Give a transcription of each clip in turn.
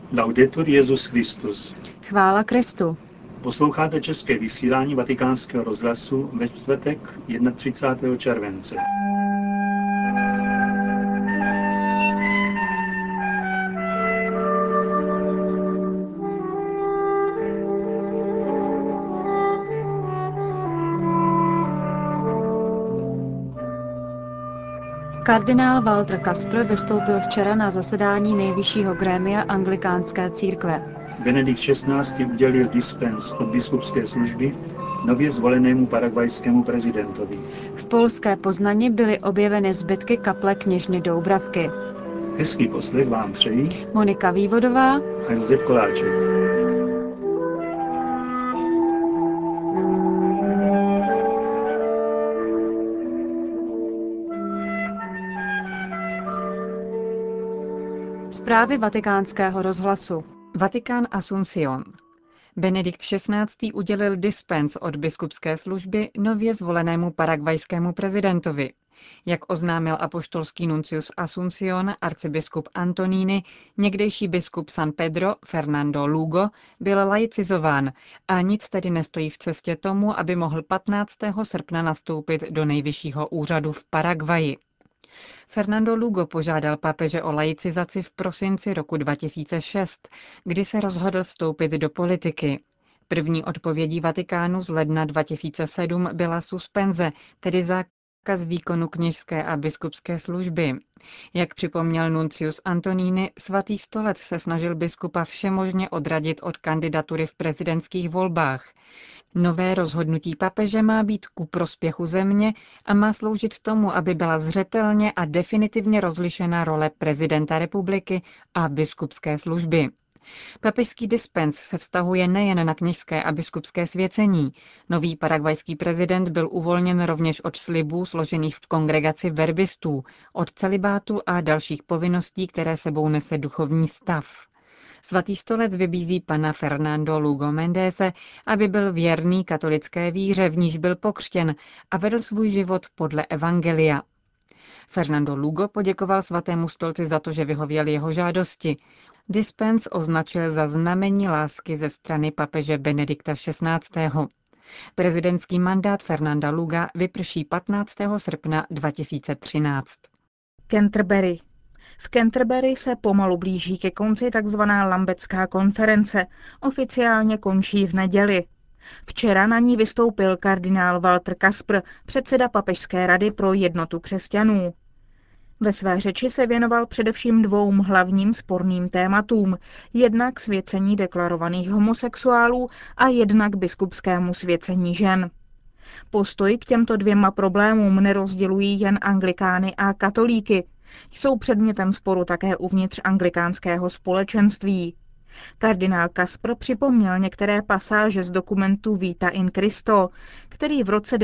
Laudetur Jesus Christus. Chvála Kristu. Posloucháte české vysílání Vatikánského rozhlasu ve čtvrtek 31. července. Kardinál Walter Kasper vystoupil včera na zasedání nejvyššího grémia anglikánské církve. Benedikt XVI. Udělil dispens od biskupské služby nově zvolenému paraguajskému prezidentovi. V polské Poznani byly objeveny zbytky kaple kněžny Doubravky. Hezký poslech vám přejí Monika Vývodová a Josef Koláček. Zprávy Vatikánského rozhlasu. Vatikán Asunción. Benedikt XVI. Udělil dispens od biskupské služby nově zvolenému paraguajskému prezidentovi. Jak oznámil apoštolský nuncius v Asunción, arcibiskup Antonini, někdejší biskup San Pedro, Fernando Lugo, byl laicizován a nic tedy nestojí v cestě tomu, aby mohl 15. srpna nastoupit do nejvyššího úřadu v Paraguaji. Fernando Lugo požádal papeže o laicizaci v prosinci roku 2006, kdy se rozhodl vstoupit do politiky. První odpovědí Vatikánu z ledna 2007 byla suspenze, tedy zákaz výkonu kněžské a biskupské služby. Jak připomněl nuncius Antonini, svatý stolec se snažil biskupa všemožně odradit od kandidatury v prezidentských volbách. Nové rozhodnutí papeže má být ku prospěchu země a má sloužit tomu, aby byla zřetelně a definitivně rozlišena role prezidenta republiky a biskupské služby. Papežský dispens se vztahuje nejen na kněžské a biskupské svěcení. Nový paraguajský prezident byl uvolněn rovněž od slibů složených v kongregaci verbistů, od celibátu a dalších povinností, které sebou nese duchovní stav. Svatý stolec vybízí pana Fernando Lugo Mendese, aby byl věrný katolické víře, v níž byl pokřtěn, a vedl svůj život podle evangelia. Fernando Lugo poděkoval svatému stolci za to, že vyhověl jeho žádosti. Dispens označil za znamení lásky ze strany papeže Benedikta XVI. Prezidentský mandát Fernanda Luga vyprší 15. srpna 2013. Canterbury. V Canterbury se pomalu blíží ke konci tzv. Lambecká konference. Oficiálně končí v neděli. Včera na ní vystoupil kardinál Walter Kasper, předseda Papežské rady pro jednotu křesťanů. Ve své řeči se věnoval především dvou hlavním sporným tématům, jednak svěcení deklarovaných homosexuálů a jednak biskupskému svěcení žen. Postoj k těmto dvěma problémům nerozdělují jen anglikány a katolíky. Jsou předmětem sporu také uvnitř anglikánského společenství. Kardinál Kasper připomněl některé pasáže z dokumentu Vita in Christo, který v roce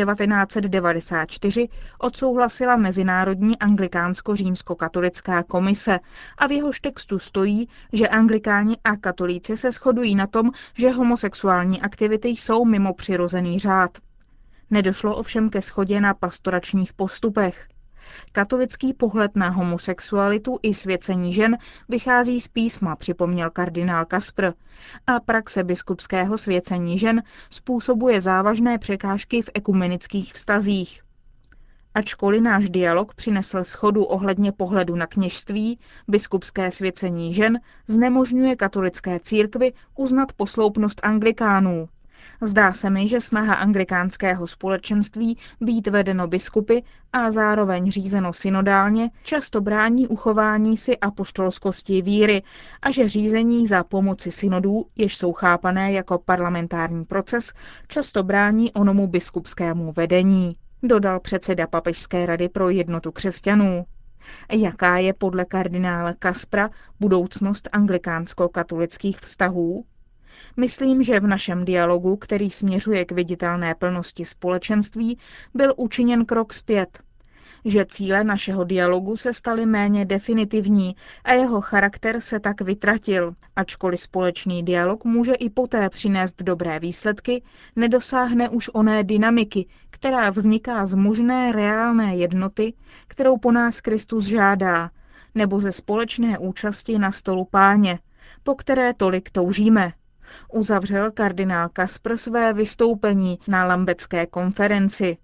1994 odsouhlasila Mezinárodní anglikánsko-římskokatolická komise a v jehož textu stojí, že anglikáni a katolíci se shodují na tom, že homosexuální aktivity jsou mimo přirozený řád. Nedošlo ovšem ke shodě na pastoračních postupech. Katolický pohled na homosexualitu i svěcení žen vychází z písma, připomněl kardinál Kasper, a praxe biskupského svěcení žen způsobuje závažné překážky v ekumenických vztazích. Ačkoliv náš dialog přinesl shodu ohledně pohledu na kněžství, biskupské svěcení žen znemožňuje katolické církvi uznat posloupnost anglikánů. Zdá se mi, že snaha anglikánského společenství být vedeno biskupy a zároveň řízeno synodálně často brání uchování si apoštolskosti víry a že řízení za pomoci synodů, jež jsou chápané jako parlamentární proces, často brání onomu biskupskému vedení, dodal předseda Papežské rady pro jednotu křesťanů. Jaká je podle kardinála Kaspra budoucnost anglikánsko-katolických vztahů? Myslím, že v našem dialogu, který směřuje k viditelné plnosti společenství, byl učiněn krok zpět. Že cíle našeho dialogu se staly méně definitivní a jeho charakter se tak vytratil. Ačkoliv společný dialog může i poté přinést dobré výsledky, nedosáhne už oné dynamiky, která vzniká z možné reálné jednoty, kterou po nás Kristus žádá, nebo ze společné účasti na stolu Páně, po které tolik toužíme. Uzavřel kardinál Kasper své vystoupení na Lambecké konferenci.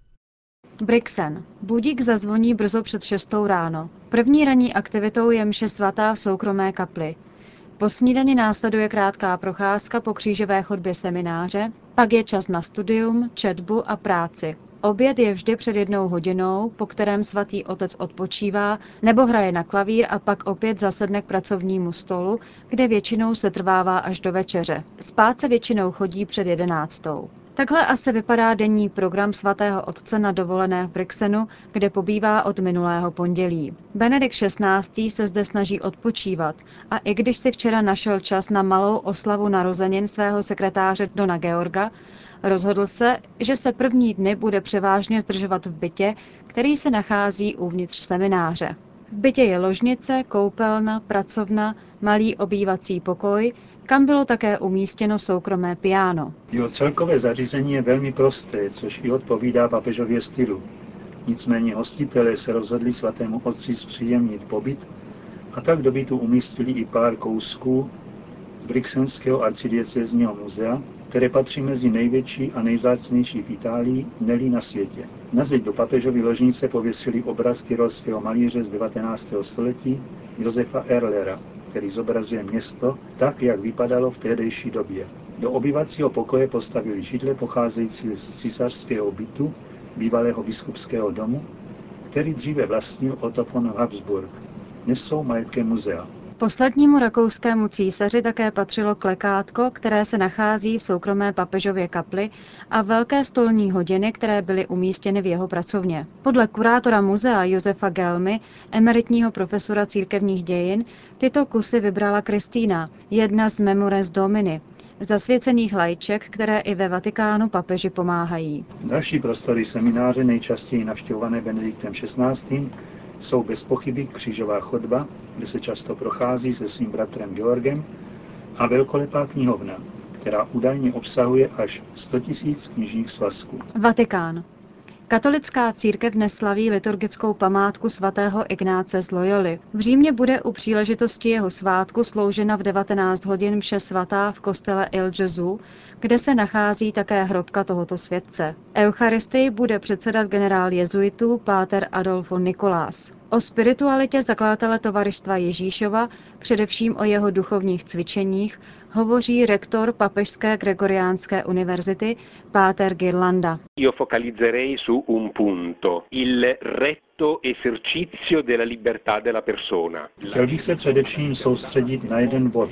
Brixen. Budík zazvoní brzo před 6 ráno. První ranní aktivitou je mše svatá v soukromé kapli. Po snídani následuje krátká procházka po křížové chodbě semináře, pak je čas na studium, četbu a práci. Oběd je vždy před 1 hodinou, po kterém svatý otec odpočívá nebo hraje na klavír a pak opět zasedne k pracovnímu stolu, kde většinou se trvává až do večeře. Spát se většinou chodí před 11. Takhle asi vypadá denní program svatého otce na dovolené v Brixenu, kde pobývá od minulého pondělí. Benedikt XVI. Se zde snaží odpočívat a i když si včera našel čas na malou oslavu narozenin svého sekretáře Dona Georga, rozhodl se, že se první dny bude převážně zdržovat v bytě, který se nachází uvnitř semináře. V bytě je ložnice, koupelna, pracovna, malý obývací pokoj, kam bylo také umístěno soukromé piano. Jeho celkové zařízení je velmi prosté, což i odpovídá papežově stylu. Nicméně hostitelé se rozhodli svatému otci zpříjemnit pobyt a tak do bytu umístili i pár kousků z Brixenského arcidiecézního muzea, které patří mezi největší a nejvzácnější v Itálii, ne-li na světě. Na zeď do papežovy ložnice pověsili obraz tyrolského malíře z 19. století Josefa Erlera, který zobrazuje město tak, jak vypadalo v tehdejší době. Do obyvacího pokoje postavili židle pocházející z císařského bytu, bývalého biskupského domu, který dříve vlastnil Otto von Habsburg. Dnes jsou majetkem muzea. Poslednímu rakouskému císaři také patřilo klekátko, které se nachází v soukromé papežově kapli, a velké stolní hodiny, které byly umístěny v jeho pracovně. Podle kurátora muzea Josefa Gelmy, emeritního profesora církevních dějin, tyto kusy vybrala Kristýna, jedna z Memores Domini, zasvěcených lajček, které i ve Vatikánu papeži pomáhají. Další prostory semináře, nejčastěji navštěvované Benediktem XVI., jsou bez pochyby křížová chodba, kde se často prochází se svým bratrem Georgem, a velkolepá knihovna, která údajně obsahuje až 100 000 knižních svazků. Vatikán. Katolická církev dnes slaví liturgickou památku svatého Ignáce z Loyoly. V Římě bude u příležitosti jeho svátku sloužena v 19 hodin mše svatá v kostele Il Gesù, kde se nachází také hrobka tohoto světce. Eucharistii bude předsedat generál jezuitů páter Adolfo Nicolás. O spiritualitě zakladatele Tovaristva Ježíšova, především o jeho duchovních cvičeních, hovoří rektor Papežské Gregoriánské univerzity páter Ghirlanda. Io focalizzerei su un punto, il retto esercizio della libertà della persona. Chtěl bych se především soustředit na jeden bod,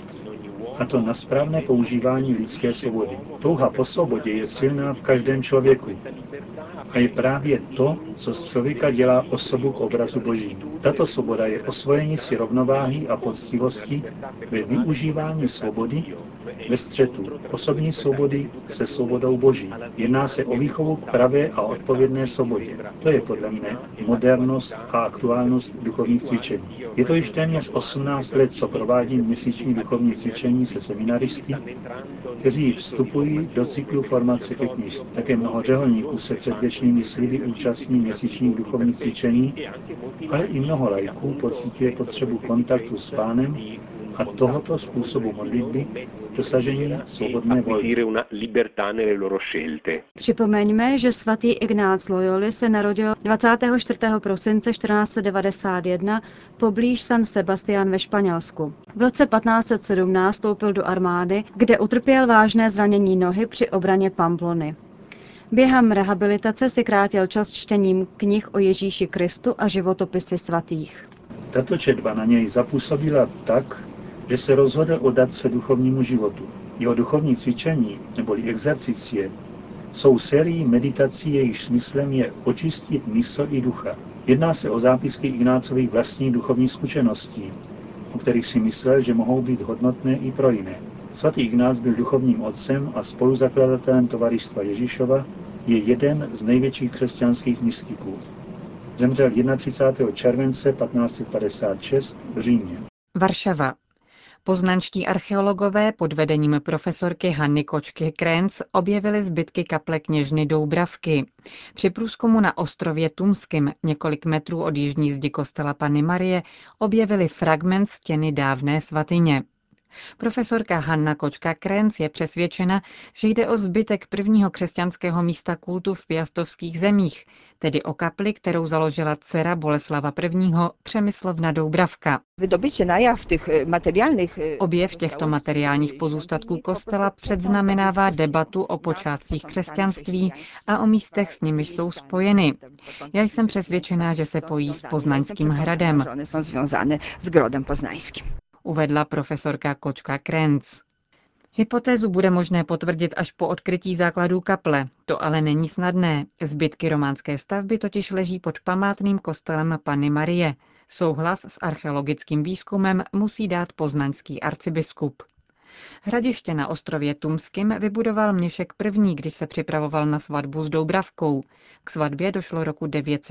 a to na správné používání lidské svobody. Touha po svobodě je silná v každém člověku. A je právě to, co z člověka dělá osobu k obrazu Božímu. Tato svoboda je osvojení si rovnováhy a poctivosti ve využívání svobody ve střetu osobní svobody se svobodou Boží. Jedná se o výchovu k pravé a odpovědné svobodě. To je podle mne modernost a aktuálnost duchovních cvičení. Je to již téměř 18 let, co provádím měsíční duchovní cvičení se seminaristy, kteří vstupují do cyklu formace ke kněžství. Také mnoho řeholníků se před věčnými sliby účastní měsíčních duchovních cvičení, ale i mnoho laiků pociťuje potřebu kontaktu s Pánem a tohoto způsobu modlitby dosažení svobodné volby. Připomeňme, že svatý Ignác Loyoly se narodil 24. prosince 1491 poblíž San Sebastián ve Španělsku. V roce 1517 vstoupil do armády, kde utrpěl vážné zranění nohy při obraně Pamplony. Během rehabilitace si krátil čas čtením knih o Ježíši Kristu a životopisy svatých. Tato četba na něj zapůsobila tak, že se rozhodl oddat se duchovnímu životu. Jeho duchovní cvičení, neboli exercicie, jsou sérií meditací, jejichž smyslem je očistit mysl i ducha. Jedná se o zápisky Ignácových vlastních duchovních zkušeností, o kterých si myslel, že mohou být hodnotné i pro jiné. Svatý Ignác byl duchovním otcem a spoluzakladatelem Tovaristva Ježíšova, je jeden z největších křesťanských mystiků. Zemřel 31. července 1556 v Římě. Varšava. Poznanští archeologové pod vedením profesorky Hanny Kočky-Krenz objevili zbytky kaple kněžny Doubravky. Při průzkumu na ostrově Tumskym, několik metrů od jižní zdi kostela Panny Marie, objevili fragment stěny dávné svatyně. Profesorka Hanna Kočka-Krenz je přesvědčena, že jde o zbytek prvního křesťanského místa kultu v piastovských zemích, tedy o kapli, kterou založila dcera Boleslava I. Přemyslovna Doubravka. Objev těchto materiálních pozůstatků kostela předznamenává debatu o počátcích křesťanství a o místech, s nimiž jsou spojeny. Já jsem přesvědčená, že se pojí s Poznaňským hradem, uvedla profesorka Kočka-Krenz. Hypotézu bude možné potvrdit až po odkrytí základů kaple. To ale není snadné. Zbytky románské stavby totiž leží pod památným kostelem Panny Marie. Souhlas s archeologickým výzkumem musí dát poznaňský arcibiskup. Hradiště na ostrově Tumským vybudoval Měšek I., když se připravoval na svatbu s Doubravkou. K svatbě došlo roku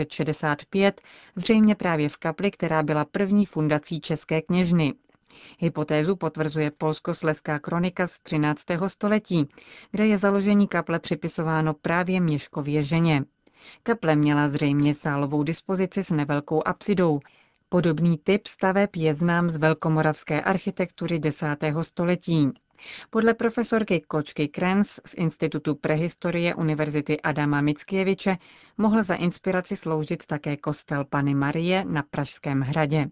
965, zřejmě právě v kapli, která byla první fundací české kněžny. Hypotézu potvrzuje polsko-slezská kronika z 13. století, kde je založení kaple připisováno právě Měškově ženě. Kaple měla zřejmě sálovou dispozici s nevelkou apsidou. Podobný typ staveb je znám z velkomoravské architektury 10. století. Podle profesorky Kočky-Krenz z Institutu prehistorie Univerzity Adama Mickiewicze mohl za inspiraci sloužit také kostel Panny Marie na Pražském hradě.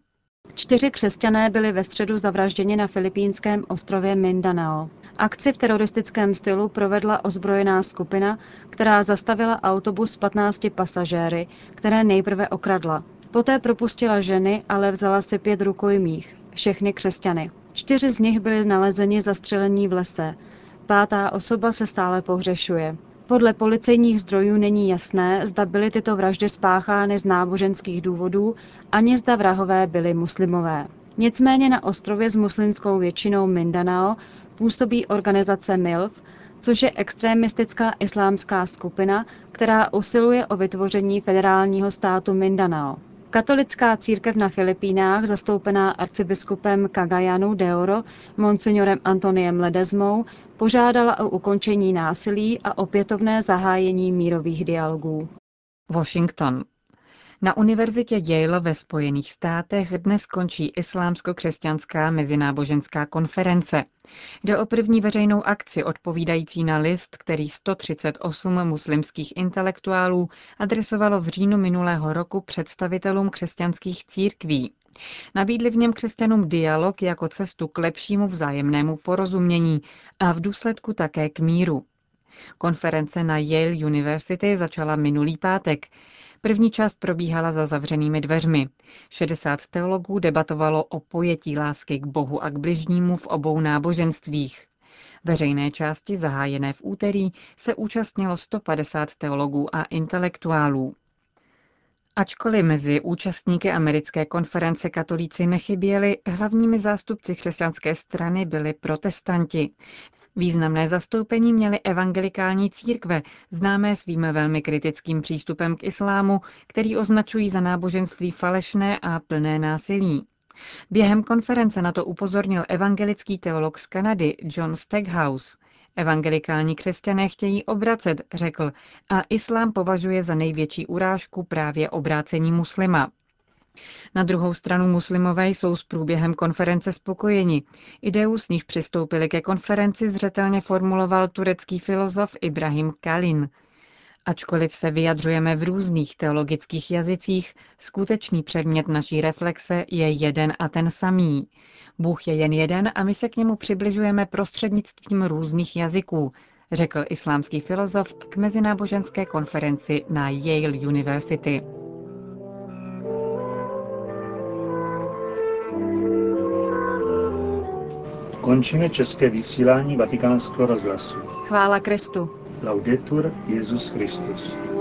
4 křesťané byli ve středu zavražděni na filipínském ostrově Mindanao. Akci v teroristickém stylu provedla ozbrojená skupina, která zastavila autobus s 15 pasažéry, které nejprve okradla. Poté propustila ženy, ale vzala si 5 rukojmích, všechny křesťany. 4 z nich byli nalezeni zastřelení v lese. 5. osoba se stále pohřešuje. Podle policejních zdrojů není jasné, zda byly tyto vraždy spáchány z náboženských důvodů, ani zda vrahové byli muslimové. Nicméně na ostrově s muslimskou většinou Mindanao působí organizace MILF, což je extremistická islámská skupina, která usiluje o vytvoření federálního státu Mindanao. Katolická církev na Filipínách, zastoupená arcibiskupem Cagayanu de Oro, monsignorem Antoniem Ledesmou, požádala o ukončení násilí a opětovné zahájení mírových dialogů. Washington. Na univerzitě Yale ve Spojených státech dnes končí islámsko-křesťanská mezináboženská konference. Jde o první veřejnou akci odpovídající na list, který 138 muslimských intelektuálů adresovalo v říjnu minulého roku představitelům křesťanských církví. Nabídli v něm křesťanům dialog jako cestu k lepšímu vzájemnému porozumění a v důsledku také k míru. Konference na Yale University začala minulý pátek. První část probíhala za zavřenými dveřmi. 60 teologů debatovalo o pojetí lásky k Bohu a k bližnímu v obou náboženstvích. Veřejné části, zahájené v úterý, se účastnilo 150 teologů a intelektuálů. Ačkoliv mezi účastníky americké konference katolíci nechyběli, hlavními zástupci křesťanské strany byli protestanti. Významné zastoupení měly evangelikální církve, známé svým velmi kritickým přístupem k islámu, který označují za náboženství falešné a plné násilí. Během konference na to upozornil evangelický teolog z Kanady John Stackhouse. Evangelikální křesťané chtějí obracet, řekl, a islám považuje za největší urážku právě obrácení muslima. Na druhou stranu muslimové jsou s průběhem konference spokojeni. Ideu, s níž přistoupili ke konferenci, zřetelně formuloval turecký filozof Ibrahim Kalin. Ačkoliv se vyjadřujeme v různých teologických jazycích, skutečný předmět naší reflexe je jeden a ten samý. Bůh je jen jeden a my se k němu přibližujeme prostřednictvím různých jazyků, řekl islámský filozof k mezináboženské konferenci na Yale University. Končíme české vysílání Vatikánského rozhlasu. Chvála Kristu. Laudetur Jesus Christus.